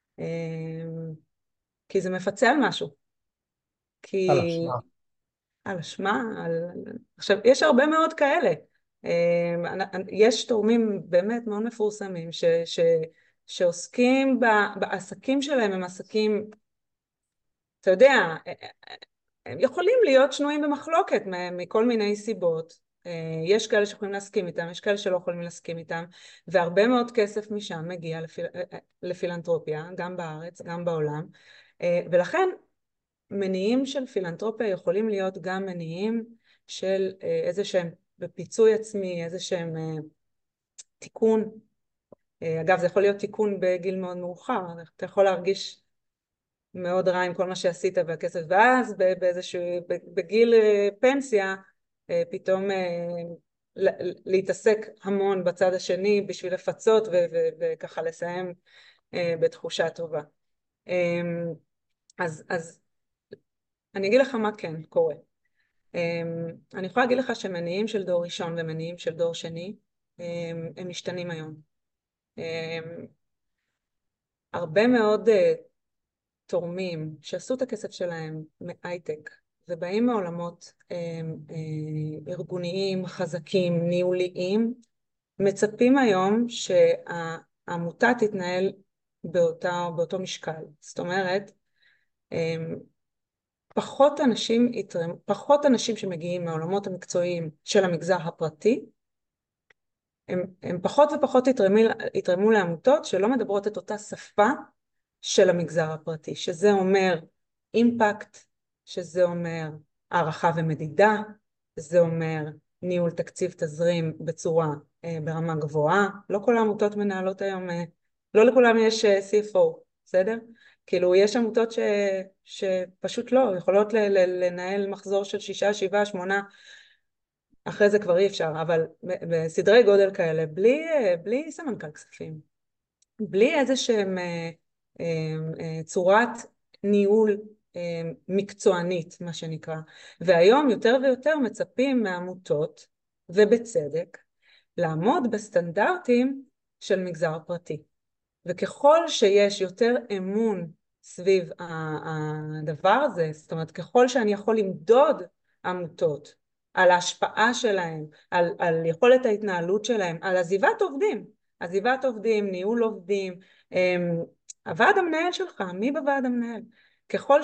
כי זה מפצה על משהו. על כי... השמה. על אשמה, עכשיו יש הרבה מאוד כאלה, יש תורמים באמת מאוד מפורסמים שעוסקים בעסקים שלהם, הם עסקים, אתה יודע, הם יכולים להיות שנויים במחלוקת מכל מיני סיבות, יש כאלה שיכולים להסכים איתם, יש כאלה שלא יכולים להסכים איתם, והרבה מאוד כסף משם מגיע לפילנתרופיה, גם בארץ, גם בעולם, ולכן מניעים של פילנתרופיה יכולים להיות גם מניעים של איזה שהם בפיצוי עצמי, איזה שהם תיקון. אגב, זה יכול להיות תיקון בגיל מאוד מאוחר, אתה יכול להרגיש מאוד רע עם כל מה שעשית והכסף, ואז באיזשהו, בגיל פנסיה, פתאום להתעסק המון בצד השני בשביל לפצות וככה לסיים בתחושה טובה. אז אני אגיד לך מה כן קורה. אני יכולה להגיד לך שמניעים של דור ראשון ומניעים של דור שני הם משתנים היום. הרבה מאוד תורמים שעשו את הכסף שלהם מהייטק ובאים מעולמות ארגוניים, חזקים, ניהוליים, מצפים היום שהעמותה תתנהל באותו משקל. זאת אומרת, פחות אנשים שמגיעים מהעולמות המקצועיים של המגזר הפרטי, הם פחות ופחות יתרמו לעמותות שלא מדברות את אותה שפה של המגזר הפרטי, שזה אומר אימפקט, שזה אומר הערכה ומדידה, זה אומר ניהול תקציב תזרים בצורה ברמה גבוהה. לא כל העמותות מנהלות היום, לא לכולם יש CFO, בסדר? כאילו יש עמותות שפשוט לא, יכולות לנהל מחזור של 6, 7, 8, אחרי זה כבר אי אפשר, אבל בסדרי גודל כאלה, בלי סמנכ"ל כספים, בלי איזה שהם צורת ניהול מקצוענית, מה שנקרא. והיום יותר ויותר מצפים מעמותות, ובצדק, לעמוד בסטנדרטים של מגזר פרטי. וככל שיש יותר אמון סביב הדבר הזה, זאת אומרת, ככל שאני יכול למדוד עמותות על ההשפעה שלהם, על יכולת ההתנהלות שלהם, על עזיבת עובדים, ניהול עובדים, הוועד המנהל שלך, מי בוועד המנהל? ככל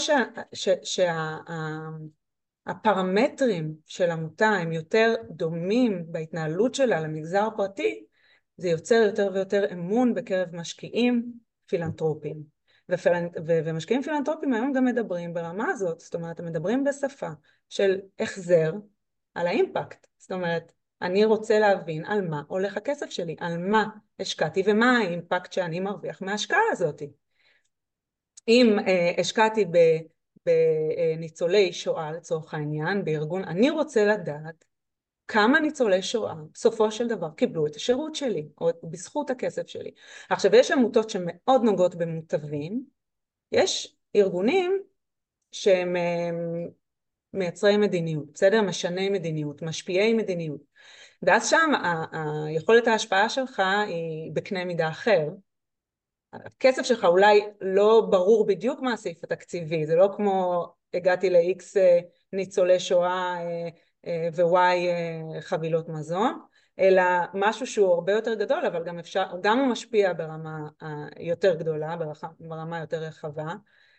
שהפרמטרים של עמותה הם יותר דומים בהתנהלות שלה למגזר הפרטי, זה יוצר יותר ויותר אמון בקרב משקיעים פילנטרופיים. ומשקיעים פילנטרופיים היום גם מדברים ברמה הזאת, זאת אומרת, הם מדברים בשפה של החזר על האימפקט. זאת אומרת, אני רוצה להבין על מה הולך הכסף שלי, על מה השקעתי ומה האימפקט שאני מרוויח מההשקעה הזאת. אם השקעתי בניצולי שואה לצורך העניין, בארגון, אני רוצה לדעת כמה ניצולי שואה בסופו של דבר קיבלו את השירות שלי, או בזכות הכסף שלי. עכשיו, יש עמותות שמאוד נוגעות במוטבים, יש ארגונים שהם מייצרי מדיניות, בסדר? משני מדיניות, משפיעי מדיניות. ואז שם יכולת ההשפעה שלך היא בקנה מידה אחר. הכסף שלך אולי לא ברור בדיוק מה הסעיף התקציבי, זה לא כמו הגעתי ל-X ניצולי שואה ו-Y חבילות מזון, אלא משהו שהוא הרבה יותר גדול, אבל גם הוא משפיע ברמה יותר גדולה, ברמה יותר רחבה.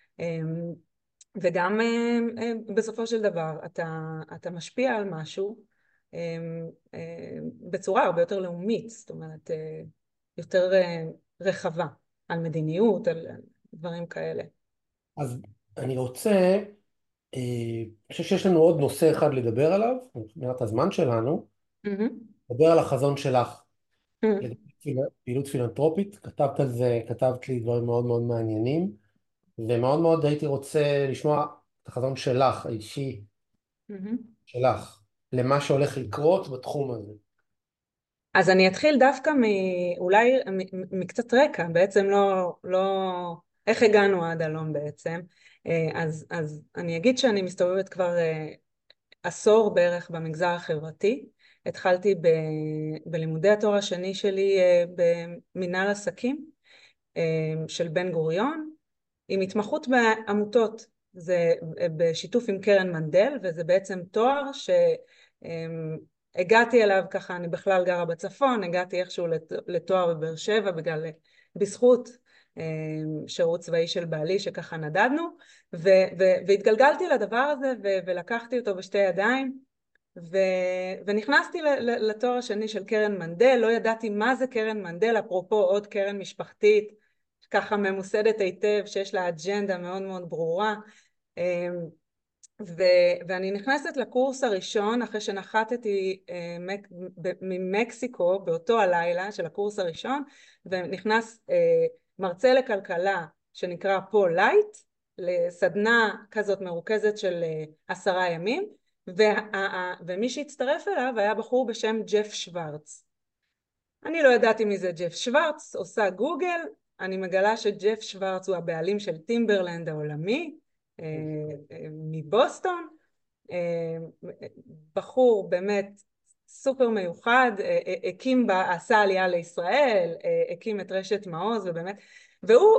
וגם בסופו של דבר אתה משפיע על משהו בצורה הרבה יותר לאומית, זאת אומרת יותר רחבה, על מדיניות, על דברים כאלה. אז אני רוצה, אני חושב שיש לנו עוד נושא אחד לדבר עליו, מבחינת הזמן שלנו, מהמם. לדבר על החזון שלך, מהמם. לגבי פעילות פילנטרופית, כתבת על זה, כתבת לי דברים מאוד מאוד מעניינים, ומאוד מאוד הייתי רוצה לשמוע את החזון שלך, האישי מהמם. שלך, למה שהולך לקרות בתחום הזה. אז אני אתחיל דווקא אולי מקצת רקע, בעצם איך הגענו עד הלום בעצם. אז אני אגיד שאני מסתובבת כבר עשור בערך במגזר החברתי. התחלתי בלימודי התואר השני שלי במנהל עסקים של בן גוריון, עם התמחות בעמותות. זה בשיתוף עם קרן מנדל, וזה בעצם תואר שהגעתי אליו ככה, אני בכלל גרה בצפון, הגעתי איכשהו לתואר בבאר שבע בזכות שירות צבאי של בעלי שככה נדדנו, והתגלגלתי לדבר הזה ולקחתי אותו בשתי ידיים, ונכנסתי לתואר השני של קרן מנדל. לא ידעתי מה זה קרן מנדל, אפרופו עוד קרן משפחתית ככה ממוסדת היטב, שיש לה אג'נדה מאוד מאוד ברורה. ואני נכנסת לקורס הראשון אחרי שנחתתי ממקסיקו באותו הלילה של הקורס הראשון, ונכנס מרצה לכלכלה שנקרא פול לייט, לסדנה כזאת מרוכזת של 10 ימים, ומי שהצטרף אליו היה בחור בשם ג'ף שוורץ. אני לא ידעתי מי זה ג'ף שוורץ, עושה גוגל, אני מגלה שג'ף שוורץ הוא הבעלים של טימברלנד העולמי, מבוסטון, בחור באמת סופר מיוחד, עשה עלייה לישראל, הקים את רשת מעוז, ובאמת, והוא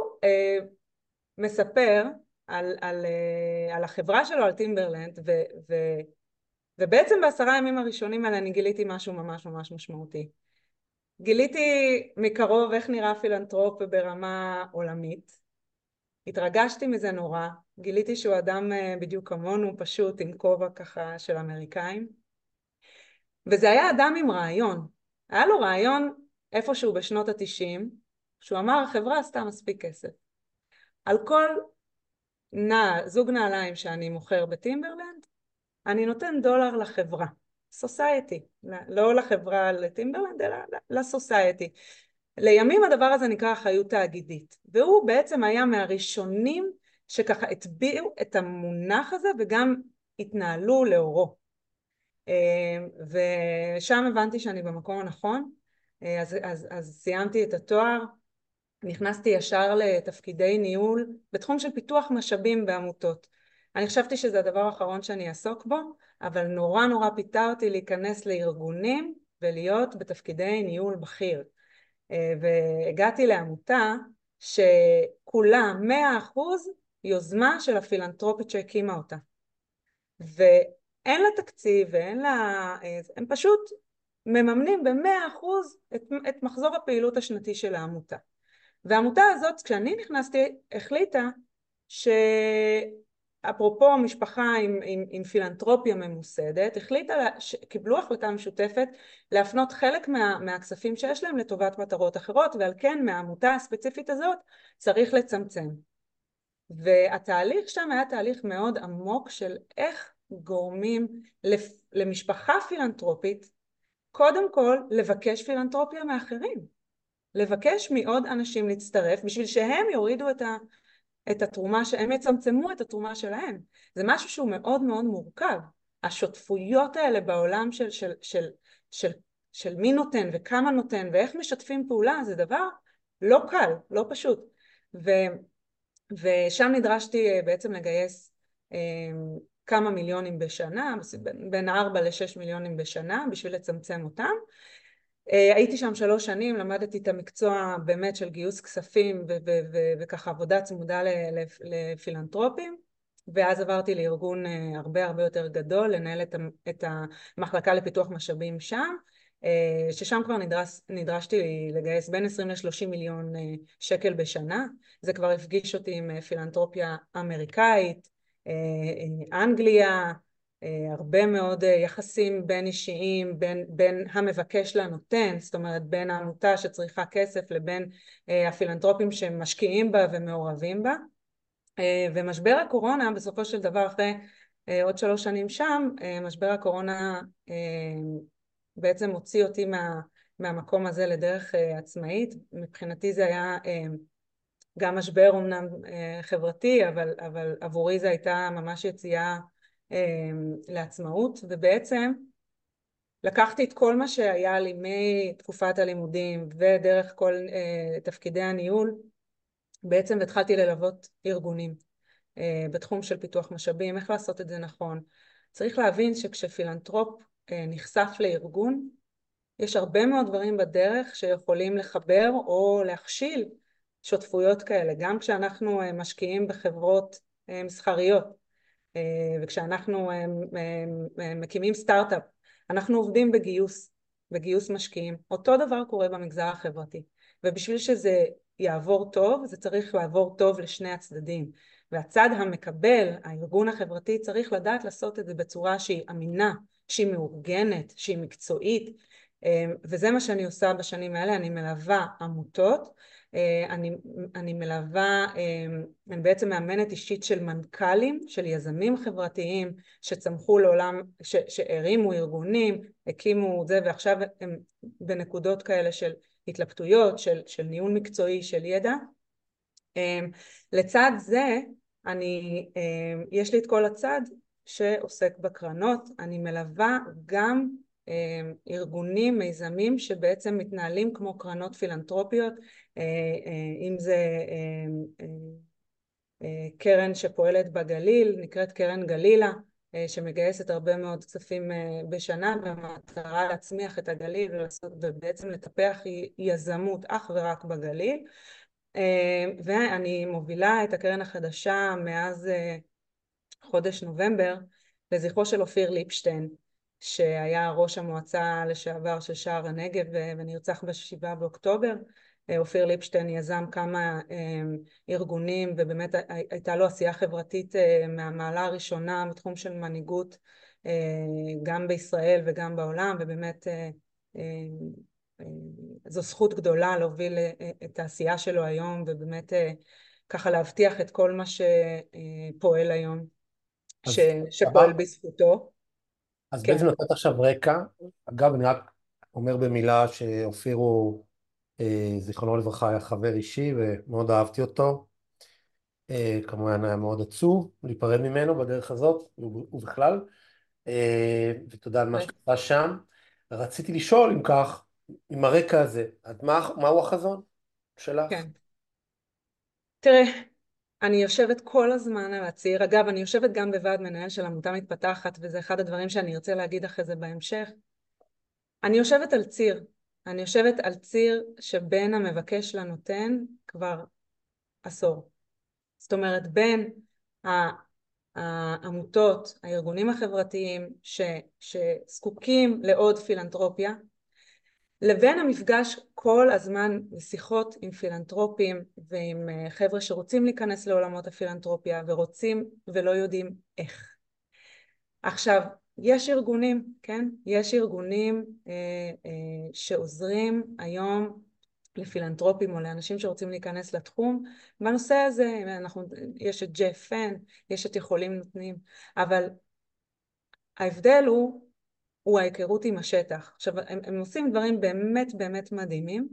מספר על החברה שלו, על טימברלנד, ובעצם ב10 ימים הראשונים האלה אני גיליתי משהו ממש ממש משמעותי. גיליתי מקרוב איך נראה פילנטרופ ברמה עולמית. התרגשתי מזה נורא. גיליתי שהוא אדם בדיוק כמונו, פשוט עם כובע ככה של אמריקאים. וזה היה אדם עם רעיון. היה לו רעיון איפשהו בשנות ה-90, שהוא אמר, החברה עשתה מספיק כסף. על כל זוג נעליים שאני מוכר בטימברלנד, אני נותן $1 לחברה. סוסייטי, לא לחברה לטימברלנד, אלא לסוסייטי. לימים הדבר הזה נקרא אחריות תאגידית, והוא בעצם היה מהראשונים שככה הטביעו את המונח הזה וגם התנהלו לאורו. ושם הבנתי שאני במקום הנכון. אז סיימתי את התואר, נכנסתי ישר לתפקידי ניהול בתחום של פיתוח משאבים בעמותות. אני חשבתי שזה הדבר האחרון שאני אעסוק בו, אבל נורא נורא פיתרתי להיכנס לארגונים ולהיות בתפקידי ניהול בכיר. והגעתי לעמותה שכולה 100% יוזמה של הפילנטרופית שהקימה אותה. ואין לה תקציב ואין לה, הם פשוט מממנים ב100% את מחזור הפעילות השנתי של העמותה. והעמותה הזאת, כשאני נכנסתי, החליטה אפרופו משפחה עם פילנטרופיה ממוסדת, קיבלו החלטה משותפת להפנות חלק מהכספים שיש להם לטובת מטרות אחרות, ועל כן מהעמותה הספציפית הזאת צריך לצמצם. והתהליך שם היה תהליך מאוד עמוק של איך גורמים למשפחה פילנטרופית, קודם כל לבקש פילנטרופיה מאחרים, לבקש מעוד אנשים להצטרף בשביל שהם יורידו את התרומה, שהם יצמצמו את התרומה שלהם. זה משהו שהוא מאוד מאוד מורכב. השותפויות האלה בעולם של מי נותן וכמה נותן ואיך משתפים פעולה, זה דבר לא קל, לא פשוט. ושם נדרשתי בעצם לגייס כמה מיליונים בשנה, בין 4 ל-6 מיליונים בשנה, בשביל לצמצם אותם. הייתי שם 3 שנים, למדתי את המקצוע באמת של גיוס כספים וככה עבודה צמודה לפילנטרופים, ואז עברתי לארגון הרבה הרבה יותר גדול, לנהל את המחלקה לפיתוח משאבים שם, ששם כבר נדרשתי לגייס בין 20 ל-30 מיליון שקל בשנה. זה כבר הפגיש אותי עם פילנתרופיה אמריקאית, אנגליה, הרבה מאוד יחסים בין אישיים, בין המבקש לנותן, זאת אומרת בין העמותה שצריכה כסף לבין הפילנתרופים שמשקיעים בה ומעורבים בה. ומשבר הקורונה בסופו של דבר אחרי עוד 3 שנים שם, משבר הקורונה בעצם הוציא אותי מהמקום הזה לדרך עצמאית. מבחינתי זה היה גם משבר אומנם חברתי, אבל עבורי זה הייתה ממש יציאה לעצמאות, ובעצם לקחתי את כל מה שהיה לי מתקופת הלימודים ודרך כל תפקידי הניהול, בעצם והתחלתי ללוות ארגונים בתחום של פיתוח משאבים, איך לעשות את זה נכון. צריך להבין שכשפילנתרופ נחשף לארגון, יש הרבה מאוד דברים בדרך שיכולים לחבר או להכשיל שותפויות כאלה, גם כשאנחנו משקיעים בחברות מסחריות, וכשאנחנו מקימים סטארט-אפ, אנחנו עובדים בגיוס משקיעים. אותו דבר קורה במגזר החברתי, ובשביל שזה יעבור טוב, זה צריך לעבור טוב לשני הצדדים, והצד המקבל, הארגון החברתי, צריך לדעת לעשות את זה בצורה שהיא אמינה, שהיא מאורגנת, שהיא מקצועית, וזה מה שאני עושה בשנים האלה. אני מלווה עמותות, אני מלווה, אני בעצם מאמנת אישית של מנכ"לים, של יזמים חברתיים שצמחו לעולם, שהרימו ארגונים, הקימו זה, ועכשיו הם בנקודות כאלה של התלבטויות, של ניהול מקצועי, של ידע. לצד זה, יש לי את כל הצד שעוסק בקרנות. אני מלווה גם ארגונים, מיזמים שבעצם מתנהלים כמו קרנות פילנטרופיות, אם זה קרן שפועלת בגליל, נקראת קרן גלילה, שמגייסת הרבה מאוד כספים בשנה במטרה להצמיח את הגליל ובעצם לטפח יזמות אך ורק בגליל. ואני מובילה את הקרן החדשה מאז חודש נובמבר לזכרו של אופיר ליפשטיין, שהיה ראש המועצה לשעבר של שער הנגב ונרצח ב7 באוקטובר. אופיר ליפשטיין יזם כמה ארגונים, ובאמת הייתה לו עשייה חברתית מהמעלה הראשונה בתחום של מנהיגות, גם בישראל וגם בעולם, ובאמת זו זכות גדולה להוביל את העשייה שלו היום, ובאמת ככה להבטיח את כל מה שפועל היום, שפועל בזכותו. אז כן. בעצם נתת עכשיו רקע. אגב, אני רק אומר במילה שאופיר הוא, זיכרונו לברכה, היה חבר אישי ומאוד אהבתי אותו. כמובן היה מאוד עצוב להיפרד ממנו בדרך הזאת ובכלל, ותודה על מה שקרה שם. רציתי לשאול, אם כך, עם הרקע הזה, מהו החזון שלך? כן. תראה, אני יושבת כל הזמן על הציר. אגב, אני יושבת גם בוועד מנהל של עמותה מתפתחת, וזה אחד הדברים שאני ארצה להגיד אחרי זה בהמשך. אני יושבת על ציר. אני יושבת על ציר שבין המבקש לנותן כבר עשור. זאת אומרת, בין העמותות, הארגונים החברתיים שזקוקים לעוד פילנתרופיה, לבין המפגש כל הזמן בשיחות עם פילנתרופים ועם חבר'ה שרוצים להיכנס לעולמות הפילנתרופיה ורוצים ולא יודעים איך. עכשיו, יש ארגונים, כן? יש ארגונים שעוזרים היום לפילנתרופים או לאנשים שרוצים להיכנס לתחום. בנושא הזה יש את ג'פן, יש את יכולים נותנים, אבל ההבדל הוא ההיכרות עם השטח. עכשיו, הם עושים דברים באמת באמת מדהימים,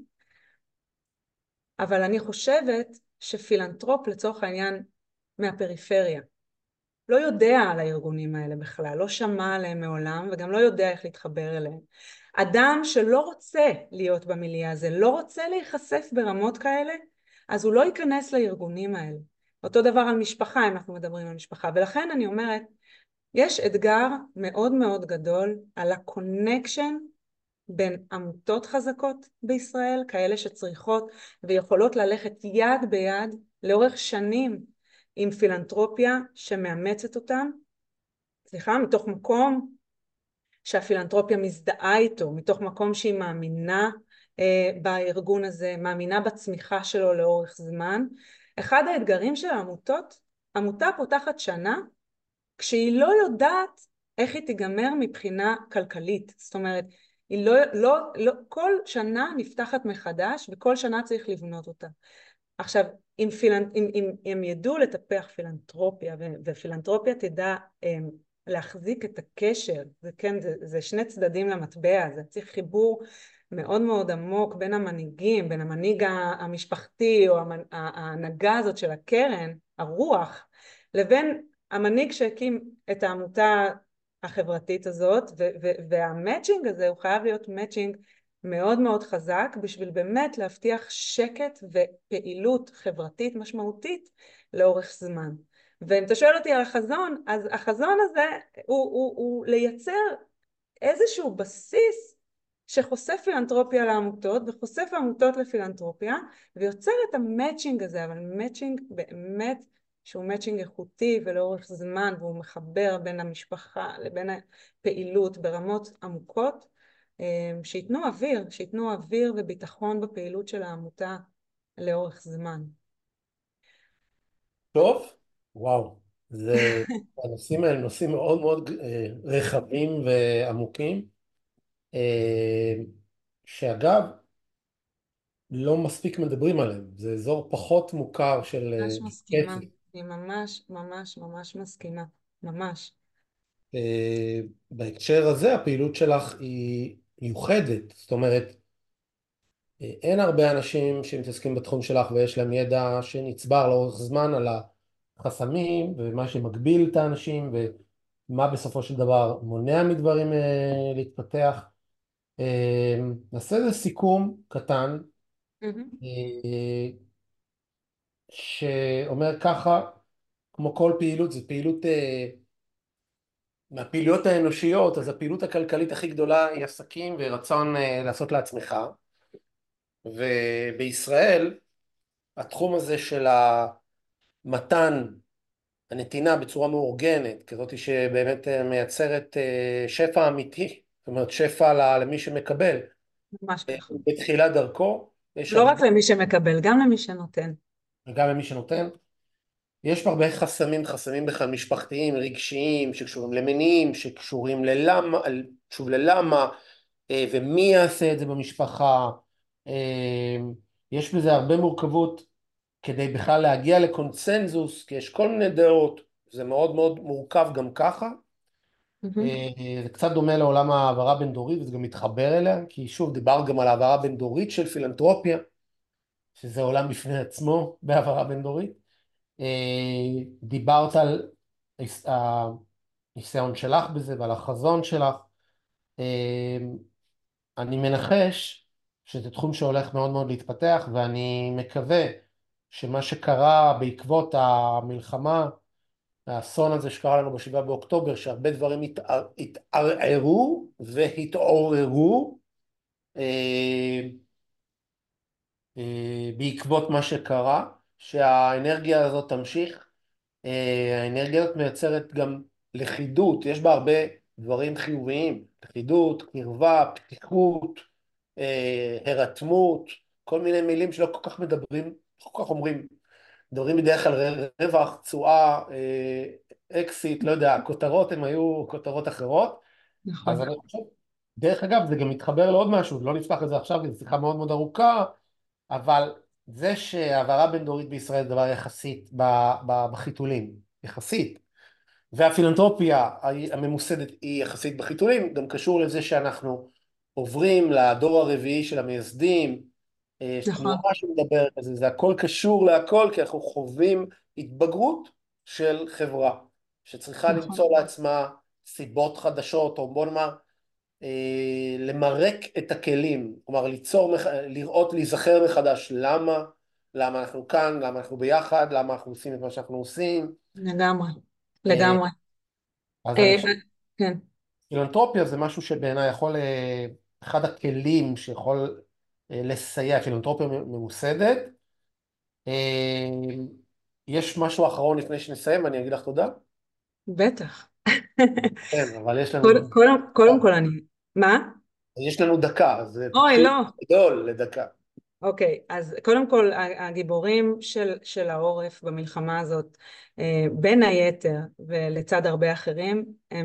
אבל אני חושבת שפילנתרופ לצורך העניין מהפריפריה לא יודע על הארגונים האלה בכלל, לא שמע עליהם מעולם וגם לא יודע איך להתחבר אליהם. אדם שלא רוצה להיות במיליה הזה, לא רוצה להיחשף ברמות כאלה, אז הוא לא ייכנס לארגונים האלה. אותו דבר על משפחה, אם אנחנו מדברים על משפחה. ולכן אני אומרת, יש אתגר מאוד מאוד גדול על הקונקשן בין עמותות חזקות בישראל, כאלה שצריכות ויכולות ללכת יד ביד לאורך שנים עם פילנתרופיה שמאמצת אותם, מתוך מקום שהפילנתרופיה מזדהה איתו, מתוך מקום שהיא מאמינה בארגון הזה, מאמינה בצמיחה שלו לאורך זמן. אחד האתגרים של העמותות, עמותה פותחת שנה, כשהיא לא יודעת איך היא תיגמר מבחינה כלכלית. זאת אומרת, היא כל שנה נפתחת מחדש, וכל שנה צריך לבנות אותה. עכשיו, אם הם ידעו לטפח פילנתרופיה, ופילנתרופיה תדע להחזיק את הקשר, זה שני צדדים למטבע, זה צריך חיבור מאוד מאוד עמוק בין המנהיגים, בין המנהיג המשפחתי, או ההנהגה הזאת של הקרן, הרוח, לבין המנהיג שהקים את העמותה החברתית הזאת, והמאצ'ינג הזה הוא חייב להיות מאצ'ינג מאוד מאוד חזק, בשביל באמת להבטיח שקט ופעילות חברתית משמעותית לאורך זמן. ואם אתה שואל אותי על החזון, אז החזון הזה הוא לייצר איזשהו בסיס שחושף פילנתרופיה לעמותות, וחושף עמותות לפילנתרופיה, ויוצר את המאצ'ינג הזה, אבל מאצ'ינג באמת שהוא מאצ'ינג איכותי ולאורך זמן, והוא מחבר בין המשפחה לבין הפעילות ברמות עמוקות, שייתנו אוויר וביטחון בפעילות של העמותה לאורך זמן. טוב, וואו, הנושאים האלה נושאים מאוד מאוד רחבים ועמוקים, שאגב, לא מספיק מדברים עליהם. זה אזור פחות מוכר של ממש מסכימה, כסף. אני ממש ממש ממש מסכימה, ממש. בהקשר הזה הפעילות שלך היא מיוחדת, זאת אומרת, אין הרבה אנשים שמתעסקים בתחום שלך ויש להם ידע שנצבר לאורך זמן על החסמים ומה שמגביל את האנשים ומה בסופו של דבר מונע מדברים להתפתח. נעשה איזה סיכום קטן אה, שאומר ככה, כמו כל פעילות, זו פעילות מהפעילויות האנושיות, אז הפעילות הכלכלית הכי גדולה היא עסקים ורצון לעשות לעצמך. ובישראל התחום הזה של המתן, הנתינה בצורה מאורגנת, כזאת שבאמת מייצרת שפע אמיתי, זאת אומרת שפע למי שמקבל, ממש ככה. בתחילת דרכו, יש לא רק הרבה, למי שמקבל, גם למי שנותן. וגם למי שנותן, יש הרבה חסמים, חסמים בכלל משפחתיים, רגשיים, שקשורים למניעים, שקשורים ללמה, שוב ללמה, ומי יעשה את זה במשפחה. יש בזה הרבה מורכבות כדי בכלל להגיע לקונצנזוס, כי יש כל מיני דעות, זה מאוד מאוד מורכב גם ככה. זה קצת דומה לעולם העברה בין דורית, וזה גם מתחבר אליה, כי שוב דיבר גם על העברה בין דורית של פילנתרופיה, שזה עולם בפני עצמו בהעברה בין דורית. דיברת על הניסיון שלך בזה ועל החזון שלך. אני מנחש שזה תחום שהולך מאוד מאוד להתפתח, ואני מקווה שמה שקרה בעקבות המלחמה, האסון הזה שקרה לנו ב7 באוקטובר, שהרבה דברים התערערו והתעוררו בעקבות מה שקרה, שהאנרגיה הזאת תמשיך. האנרגיה הזאת מייצרת גם לכידות, יש בה הרבה דברים חיוביים, לכידות, קרבה, פתיחות, הרתמות, כל מיני מילים שלא כל כך מדברים, לא כל כך אומרים, מדברים בדרך כלל רווח, תשואה, אקסיט, לא יודע, הכותרות הן היו כותרות אחרות, אז נכון, אני חושב, דרך אגב זה גם מתחבר לעוד משהו, לא נפתח את זה עכשיו, כי זו שיחה מאוד מאוד ארוכה, אבל זה שהעברה בין דורית בישראל זה דבר יחסית בחיתולים, יחסית, והפילנתרופיה הממוסדת היא יחסית בחיתולים, גם קשור לזה שאנחנו עוברים לדור הרביעי של המייסדים, יש נכון, תנועה שמדברת על זה, זה הכל קשור להכל, כי אנחנו חווים התבגרות של חברה, שצריכה נכון, למצוא לעצמה סיבות חדשות, או בוא נאמר, למרק את הכלים, כלומר לראות, להיזכר מחדש למה אנחנו כאן, למה אנחנו ביחד, למה אנחנו עושים את מה שאנחנו עושים. לגמרי, אה, לגמרי. אז אני אה, חושב כן, פילנתרופיה זה משהו שבעיניי יכול, אחד הכלים שיכול לסייע, פילנתרופיה ממוסדת. יש משהו אחרון לפני שנסיים ואני אגיד לך תודה? בטח. כן, אבל יש לנו, קודם כל אני, מה? יש לנו דקה, אז אוי, תיקחי לא. גדול לדקה. אוקיי, אז קודם כל הגיבורים של העורף במלחמה הזאת, בין היתר ולצד הרבה אחרים,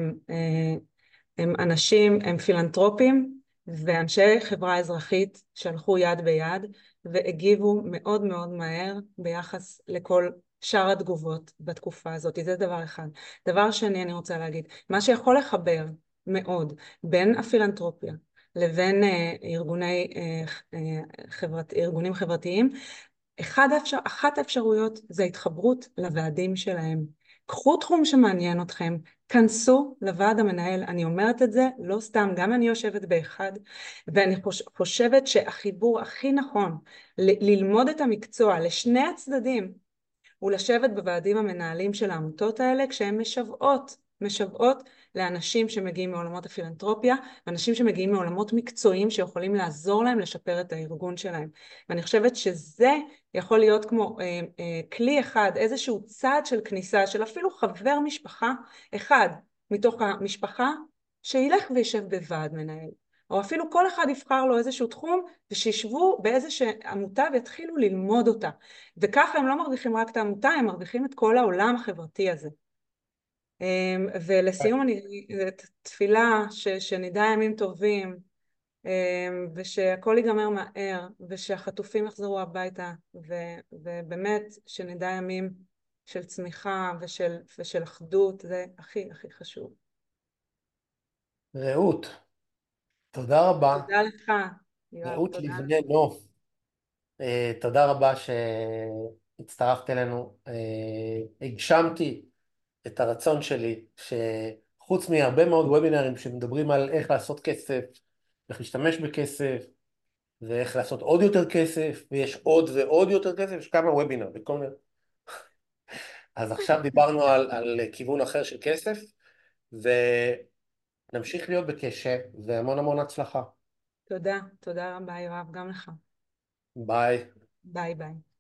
הם אנשים, הם פילנטרופים ואנשי חברה אזרחית שהלכו יד ביד והגיבו מאוד מאוד מהר ביחס לכל שאר התגובות בתקופה הזאת. זה דבר אחד. דבר שני, אני רוצה להגיד, מה שיכול לחבר מאוד בין הפילנטרופיה לבין ארגונים חברתיים, אחת האפשרויות זה התחברות לוועדים שלהם. קחו תחום שמעניין אתכם, כנסו לוועד המנהל, אני אומרת את זה לא סתם, גם אני יושבת באחד, ואני חושבת שהחיבור הכי נכון ללמוד את המקצוע לשני הצדדים, ולשבת בוועדים המנהלים של העמותות האלה כשהן משוועות לאנשים שמגיעים מעולמות הפילנטרופיה, ואנשים שמגיעים מעולמות מקצועיים שיכולים לעזור להם לשפר את הארגון שלהם. ואני חושבת שזה יכול להיות כמו כלי אחד, איזשהו צעד של כניסה של אפילו חבר משפחה אחד מתוך המשפחה, שילך וישב בוועד מנהל. או אפילו כל אחד יבחר לו איזשהו תחום, ושישבו באיזושהי עמותה ויתחילו ללמוד אותה. וככה הם לא מרוויחים רק את העמותה, הם מרוויחים את כל העולם החברתי הזה. ולסיום אני, תפילה שנדע ימים טובים, ושהכל ייגמר מהר, ושהחטופים יחזרו הביתה, ובאמת שנדע ימים של צמיחה ושל אחדות, זה הכי הכי חשוב. רעות, תודה רבה. תודה לך, יואב, רעות תודה לבנה לך. נוף, תודה רבה שהצטרפת אלינו. הגשמתי את הרצון שלי, שחוץ מהרבה מאוד וובינרים שמדברים על איך לעשות כסף, איך להשתמש בכסף, ואיך לעשות עוד יותר כסף, ויש עוד ועוד יותר כסף, יש כמה וובינר בכל מיני. אז עכשיו דיברנו על כיוון אחר של כסף, ונמשיך להיות בקשר, והמון המון הצלחה. תודה, תודה רבה, יואב, גם לך. ביי. ביי ביי.